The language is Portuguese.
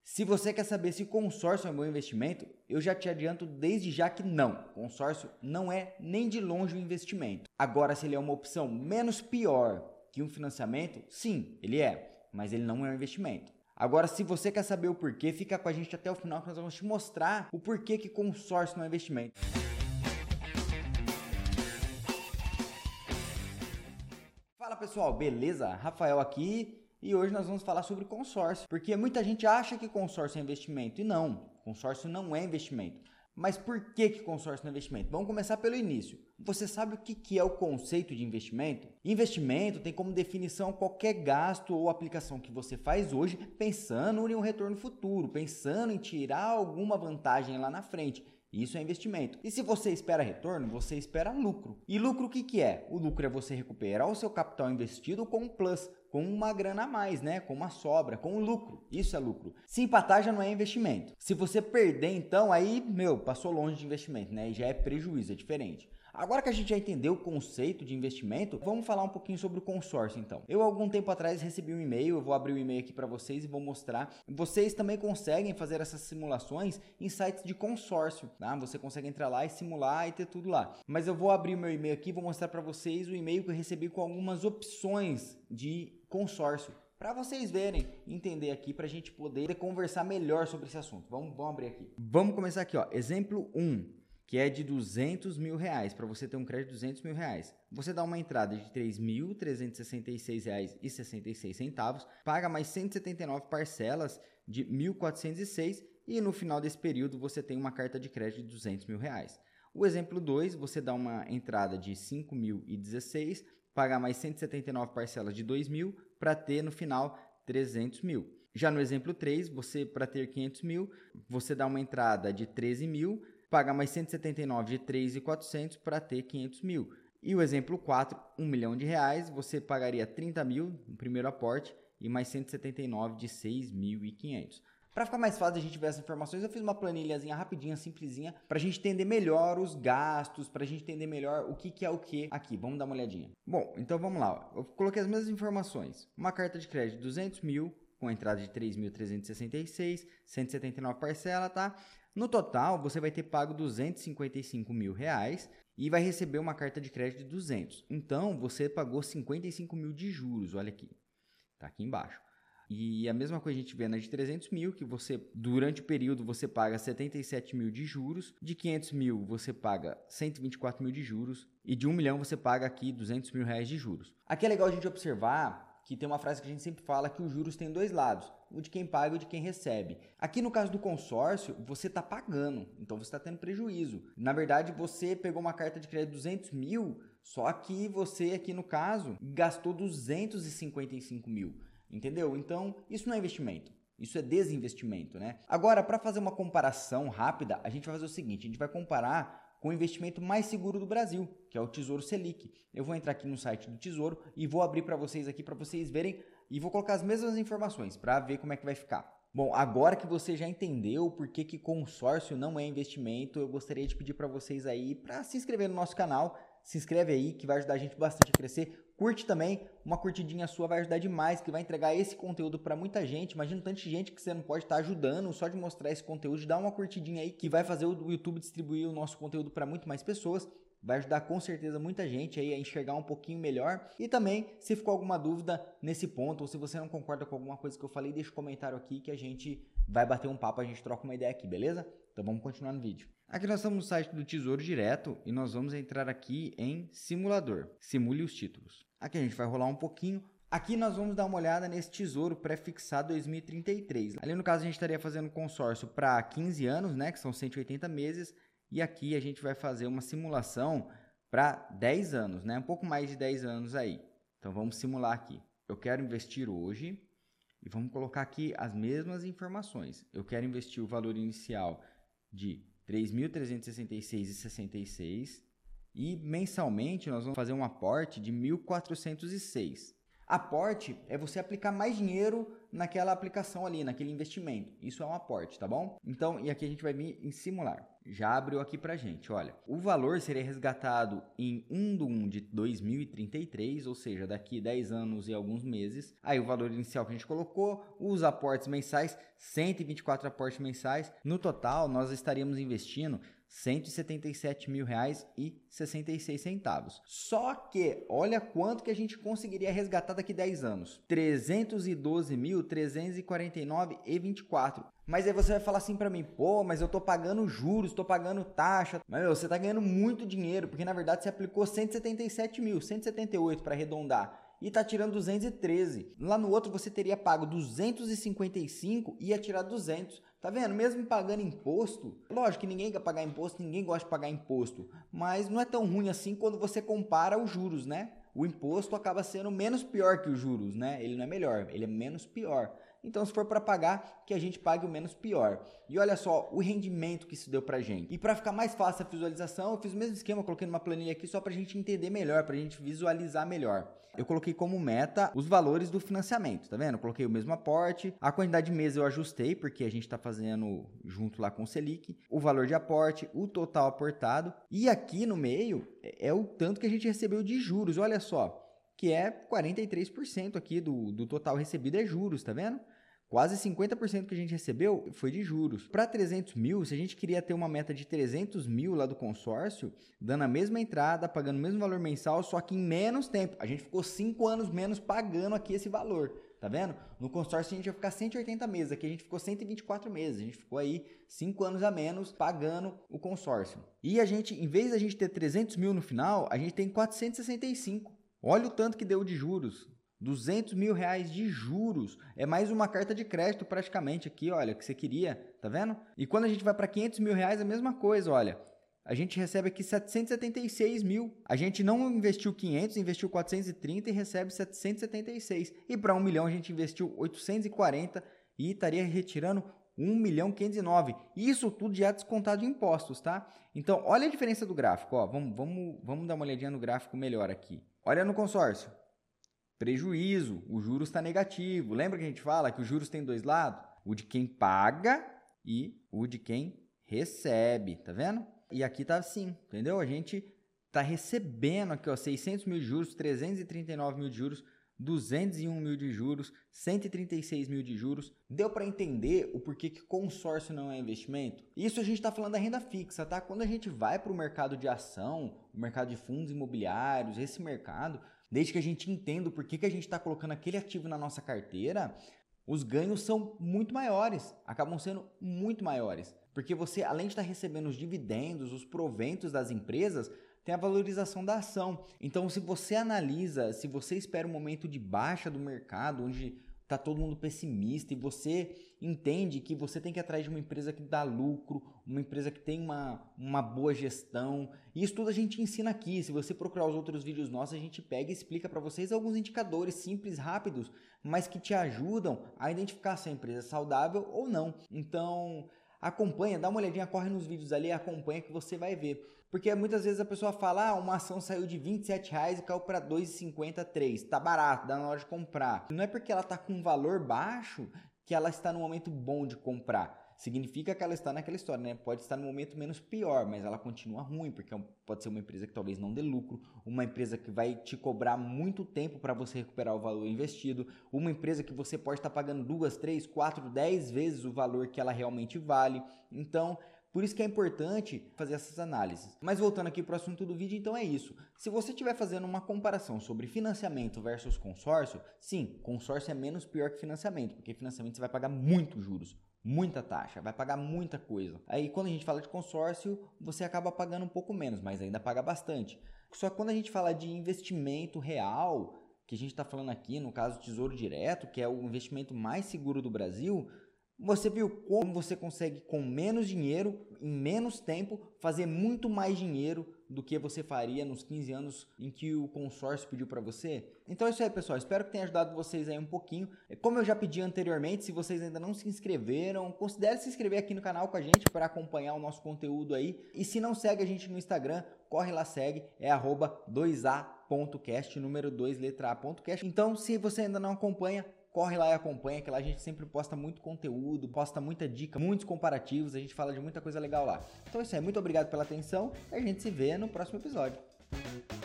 Se você quer saber se consórcio é um bom investimento, eu já te adianto desde já que não. Consórcio não é nem de longe um investimento. Agora, se ele é uma opção menos pior que um financiamento, sim, ele é, mas ele não é um investimento. Agora, se você quer saber o porquê, fica com a gente até o final que nós vamos te mostrar o porquê que consórcio não é investimento. Fala pessoal, beleza? Rafael aqui. E hoje nós vamos falar sobre consórcio, porque muita gente acha que consórcio é investimento, e não, consórcio não é investimento. Mas por que consórcio não é investimento? Vamos começar pelo início. Você sabe o que é o conceito de investimento? Investimento tem como definição qualquer gasto ou aplicação que você faz hoje pensando em um retorno futuro, pensando em tirar alguma vantagem lá na frente. Isso é investimento. E se você espera retorno, você espera lucro. E lucro o que é? O lucro é você recuperar o seu capital investido com um plus, com uma grana a mais, né? Com uma sobra, com um lucro. Isso é lucro. Se empatar já não é investimento. Se você perder, então, aí, passou longe de investimento, né? E já é prejuízo, é diferente. Agora que a gente já entendeu o conceito de investimento, vamos falar um pouquinho sobre o consórcio então. Eu algum tempo atrás recebi um e-mail, eu vou abrir o e-mail aqui para vocês e vou mostrar. Vocês também conseguem fazer essas simulações em sites de consórcio, tá? Você consegue entrar lá e simular e ter tudo lá. Mas eu vou abrir o meu e-mail aqui e vou mostrar para vocês o e-mail que eu recebi com algumas opções de consórcio. Para vocês verem, entender aqui, para a gente poder conversar melhor sobre esse assunto. Vamos abrir aqui. Vamos começar aqui, ó. Exemplo 1. Que é de R$200 mil, para você ter um crédito de R$200 mil. Você dá uma entrada de R$ 3.366,66, paga mais 179 parcelas de R$ 1.406 e no final desse período você tem uma carta de crédito de R$200 mil. O exemplo 2, você dá uma entrada de R$ 5.016, paga mais 179 parcelas de R$ 2.000 para ter no final R$ 300 mil. Já no exemplo 3, você para ter R$ 500 mil, você dá uma entrada de R$ 13 mil, paga mais 179 de 3.400 para ter 500 mil. E o exemplo 4, R$1 milhão, você pagaria 30 mil no primeiro aporte e mais 179 de 6.500. Para ficar mais fácil a gente ver essas informações, eu fiz uma planilhazinha rapidinha, simplesinha, para a gente entender melhor os gastos, para a gente entender melhor o que é o que aqui. Vamos dar uma olhadinha. Bom, então vamos lá. Eu coloquei as mesmas informações. Uma carta de crédito de 200 mil, com entrada de 3.366, 179 parcela, tá? No total, você vai ter pago R$ 255 mil e vai receber uma carta de crédito de 200. Então, você pagou 55 mil de juros, olha aqui, tá aqui embaixo. E a mesma coisa a gente vê na de 300 mil, que você, durante o período, você paga 77 mil de juros, de 500 mil você paga 124 mil de juros e de 1 milhão você paga aqui 200 mil reais de juros. Aqui é legal a gente observar que tem uma frase que a gente sempre fala que os juros têm dois lados, o de quem paga e o de quem recebe. Aqui no caso do consórcio, você está pagando, então você está tendo prejuízo. Na verdade, você pegou uma carta de crédito de 200 mil, só que você aqui no caso gastou 255 mil, entendeu? Então, isso não é investimento. Isso é desinvestimento, né? Agora, para fazer uma comparação rápida, a gente vai fazer o seguinte, a gente vai comparar com o investimento mais seguro do Brasil, que é o Tesouro Selic. Eu vou entrar aqui no site do Tesouro e vou abrir para vocês aqui, para vocês verem, e vou colocar as mesmas informações para ver como é que vai ficar. Bom, agora que você já entendeu por que consórcio não é investimento, eu gostaria de pedir para vocês aí para se inscrever no nosso canal. Se inscreve aí que vai ajudar a gente bastante a crescer. Curte também, uma curtidinha sua vai ajudar demais, que vai entregar esse conteúdo para muita gente. Imagina tanta gente que você não pode estar ajudando só de mostrar esse conteúdo, de dar uma curtidinha aí que vai fazer o YouTube distribuir o nosso conteúdo para muito mais pessoas. Vai ajudar com certeza muita gente aí a enxergar um pouquinho melhor. E também, se ficou alguma dúvida nesse ponto, ou se você não concorda com alguma coisa que eu falei, deixa um comentário aqui que a gente vai bater um papo, a gente troca uma ideia aqui, beleza? Então vamos continuar no vídeo. Aqui nós estamos no site do Tesouro Direto e nós vamos entrar aqui em Simulador. Simule os títulos. Aqui a gente vai rolar um pouquinho. Aqui nós vamos dar uma olhada nesse Tesouro pré-fixado 2033. Ali no caso a gente estaria fazendo consórcio para 15 anos, né, que são 180 meses. E aqui a gente vai fazer uma simulação para 10 anos, né, um pouco mais de 10 anos aí. Então vamos simular aqui. Eu quero investir hoje e vamos colocar aqui as mesmas informações. Eu quero investir o valor inicial de R$ 3.366,66 e mensalmente nós vamos fazer um aporte de R$ 1.406. Aporte é você aplicar mais dinheiro naquela aplicação ali, naquele investimento. Isso é um aporte, tá bom? Então, e aqui a gente vai vir em simular. Já abriu aqui pra gente, olha. O valor seria resgatado em 1/1 de 2033, ou seja, daqui 10 anos e alguns meses. Aí o valor inicial que a gente colocou, os aportes mensais, 124 aportes mensais. No total, nós estaríamos investindo R$ 177.000,66. Só que, olha quanto que a gente conseguiria resgatar daqui 10 anos. R$ 312.349,24. Mas aí você vai falar assim pra mim, pô, mas eu tô pagando juros, tô pagando taxa. Mas meu, você tá ganhando muito dinheiro, porque na verdade você aplicou 177 mil, 178 para arredondar. E tá tirando 213. Lá no outro você teria pago 255 e ia tirar 200. Tá vendo? Mesmo pagando imposto, lógico que ninguém quer pagar imposto, ninguém gosta de pagar imposto, mas não é tão ruim assim quando você compara os juros, né? O imposto acaba sendo menos pior que os juros, né? Ele não é melhor, ele é menos pior. Então, se for para pagar, que a gente pague o menos pior. E olha só o rendimento que isso deu pra gente. E para ficar mais fácil a visualização, eu fiz o mesmo esquema, coloquei numa planilha aqui só pra gente entender melhor, pra gente visualizar melhor. Eu coloquei como meta os valores do financiamento, tá vendo? Eu coloquei o mesmo aporte, a quantidade de meses eu ajustei, porque a gente está fazendo junto lá com o Selic, o valor de aporte, o total aportado, e aqui no meio é o tanto que a gente recebeu de juros, olha só, que é 43% aqui do total recebido é juros, tá vendo? Quase 50% que a gente recebeu foi de juros. Para 300 mil, se a gente queria ter uma meta de 300 mil lá do consórcio, dando a mesma entrada, pagando o mesmo valor mensal, só que em menos tempo. A gente ficou 5 anos menos pagando aqui esse valor, tá vendo? No consórcio a gente ia ficar 180 meses, aqui a gente ficou 124 meses. A gente ficou aí 5 anos a menos pagando o consórcio. E a gente, em vez de a gente ter 300 mil no final, a gente tem 465. Olha o tanto que deu de juros. 200 mil reais de juros, é mais uma carta de crédito praticamente aqui, olha, que você queria, tá vendo? E quando a gente vai para 500 mil reais, a mesma coisa, olha, a gente recebe aqui 776 mil, a gente não investiu 500, investiu 430 e recebe 776, e para 1 milhão a gente investiu 840 e estaria retirando 1.509.000, isso tudo já descontado de impostos, tá? Então, olha a diferença do gráfico, ó, vamos dar uma olhadinha no gráfico melhor aqui, olha no consórcio. Prejuízo, o juros está negativo. Lembra que a gente fala que os juros tem dois lados? O de quem paga e o de quem recebe, tá vendo? E aqui tá assim, entendeu? A gente tá recebendo aqui, ó, 600 mil de juros, 339 mil de juros, 201 mil de juros, 136 mil de juros. Deu para entender o porquê que consórcio não é investimento? Isso a gente está falando da renda fixa, tá? Quando a gente vai para o mercado de ação, o mercado de fundos imobiliários, esse mercado, desde que a gente entenda o porquê que a gente está colocando aquele ativo na nossa carteira, os ganhos são muito maiores, acabam sendo muito maiores. Porque você, além de estar recebendo os dividendos, os proventos das empresas, tem a valorização da ação. Então, se você analisa, se você espera um momento de baixa do mercado, onde está todo mundo pessimista e você entende que você tem que ir atrás de uma empresa que dá lucro, uma empresa que tem uma boa gestão. Isso tudo a gente ensina aqui. Se você procurar os outros vídeos nossos, a gente pega e explica para vocês alguns indicadores simples, rápidos, mas que te ajudam a identificar se a empresa é saudável ou não. Então, acompanha, dá uma olhadinha, corre nos vídeos ali, acompanha que você vai ver. Porque muitas vezes a pessoa fala, uma ação saiu de R$27 e caiu para R$2,50, R$3. Tá barato, dá na hora de comprar. Não é porque ela tá com um valor baixo que ela está no momento bom de comprar. Significa que ela está naquela história, né? Pode estar no momento menos pior, mas ela continua ruim, porque pode ser uma empresa que talvez não dê lucro, uma empresa que vai te cobrar muito tempo para você recuperar o valor investido, uma empresa que você pode estar pagando 2, 3, 4, 10 vezes o valor que ela realmente vale. Então, por isso que é importante fazer essas análises. Mas voltando aqui para o assunto do vídeo, então é isso. Se você estiver fazendo uma comparação sobre financiamento versus consórcio, sim, consórcio é menos pior que financiamento, porque financiamento você vai pagar muito juros, muita taxa, vai pagar muita coisa. Aí quando a gente fala de consórcio, você acaba pagando um pouco menos, mas ainda paga bastante. Só que quando a gente fala de investimento real, que a gente está falando aqui, no caso Tesouro Direto, que é o investimento mais seguro do Brasil, você viu como você consegue, com menos dinheiro, em menos tempo, fazer muito mais dinheiro do que você faria nos 15 anos em que o consórcio pediu para você? Então é isso aí, pessoal. Espero que tenha ajudado vocês aí um pouquinho. Como eu já pedi anteriormente, se vocês ainda não se inscreveram, considere se inscrever aqui no canal com a gente para acompanhar o nosso conteúdo aí. E se não segue a gente no Instagram, corre lá, segue, é @2A A.cast, número 2, letra A.cast. Então, se você ainda não acompanha, corre lá e acompanha, que lá a gente sempre posta muito conteúdo, posta muita dica, muitos comparativos, a gente fala de muita coisa legal lá. Então é isso aí, muito obrigado pela atenção e a gente se vê no próximo episódio.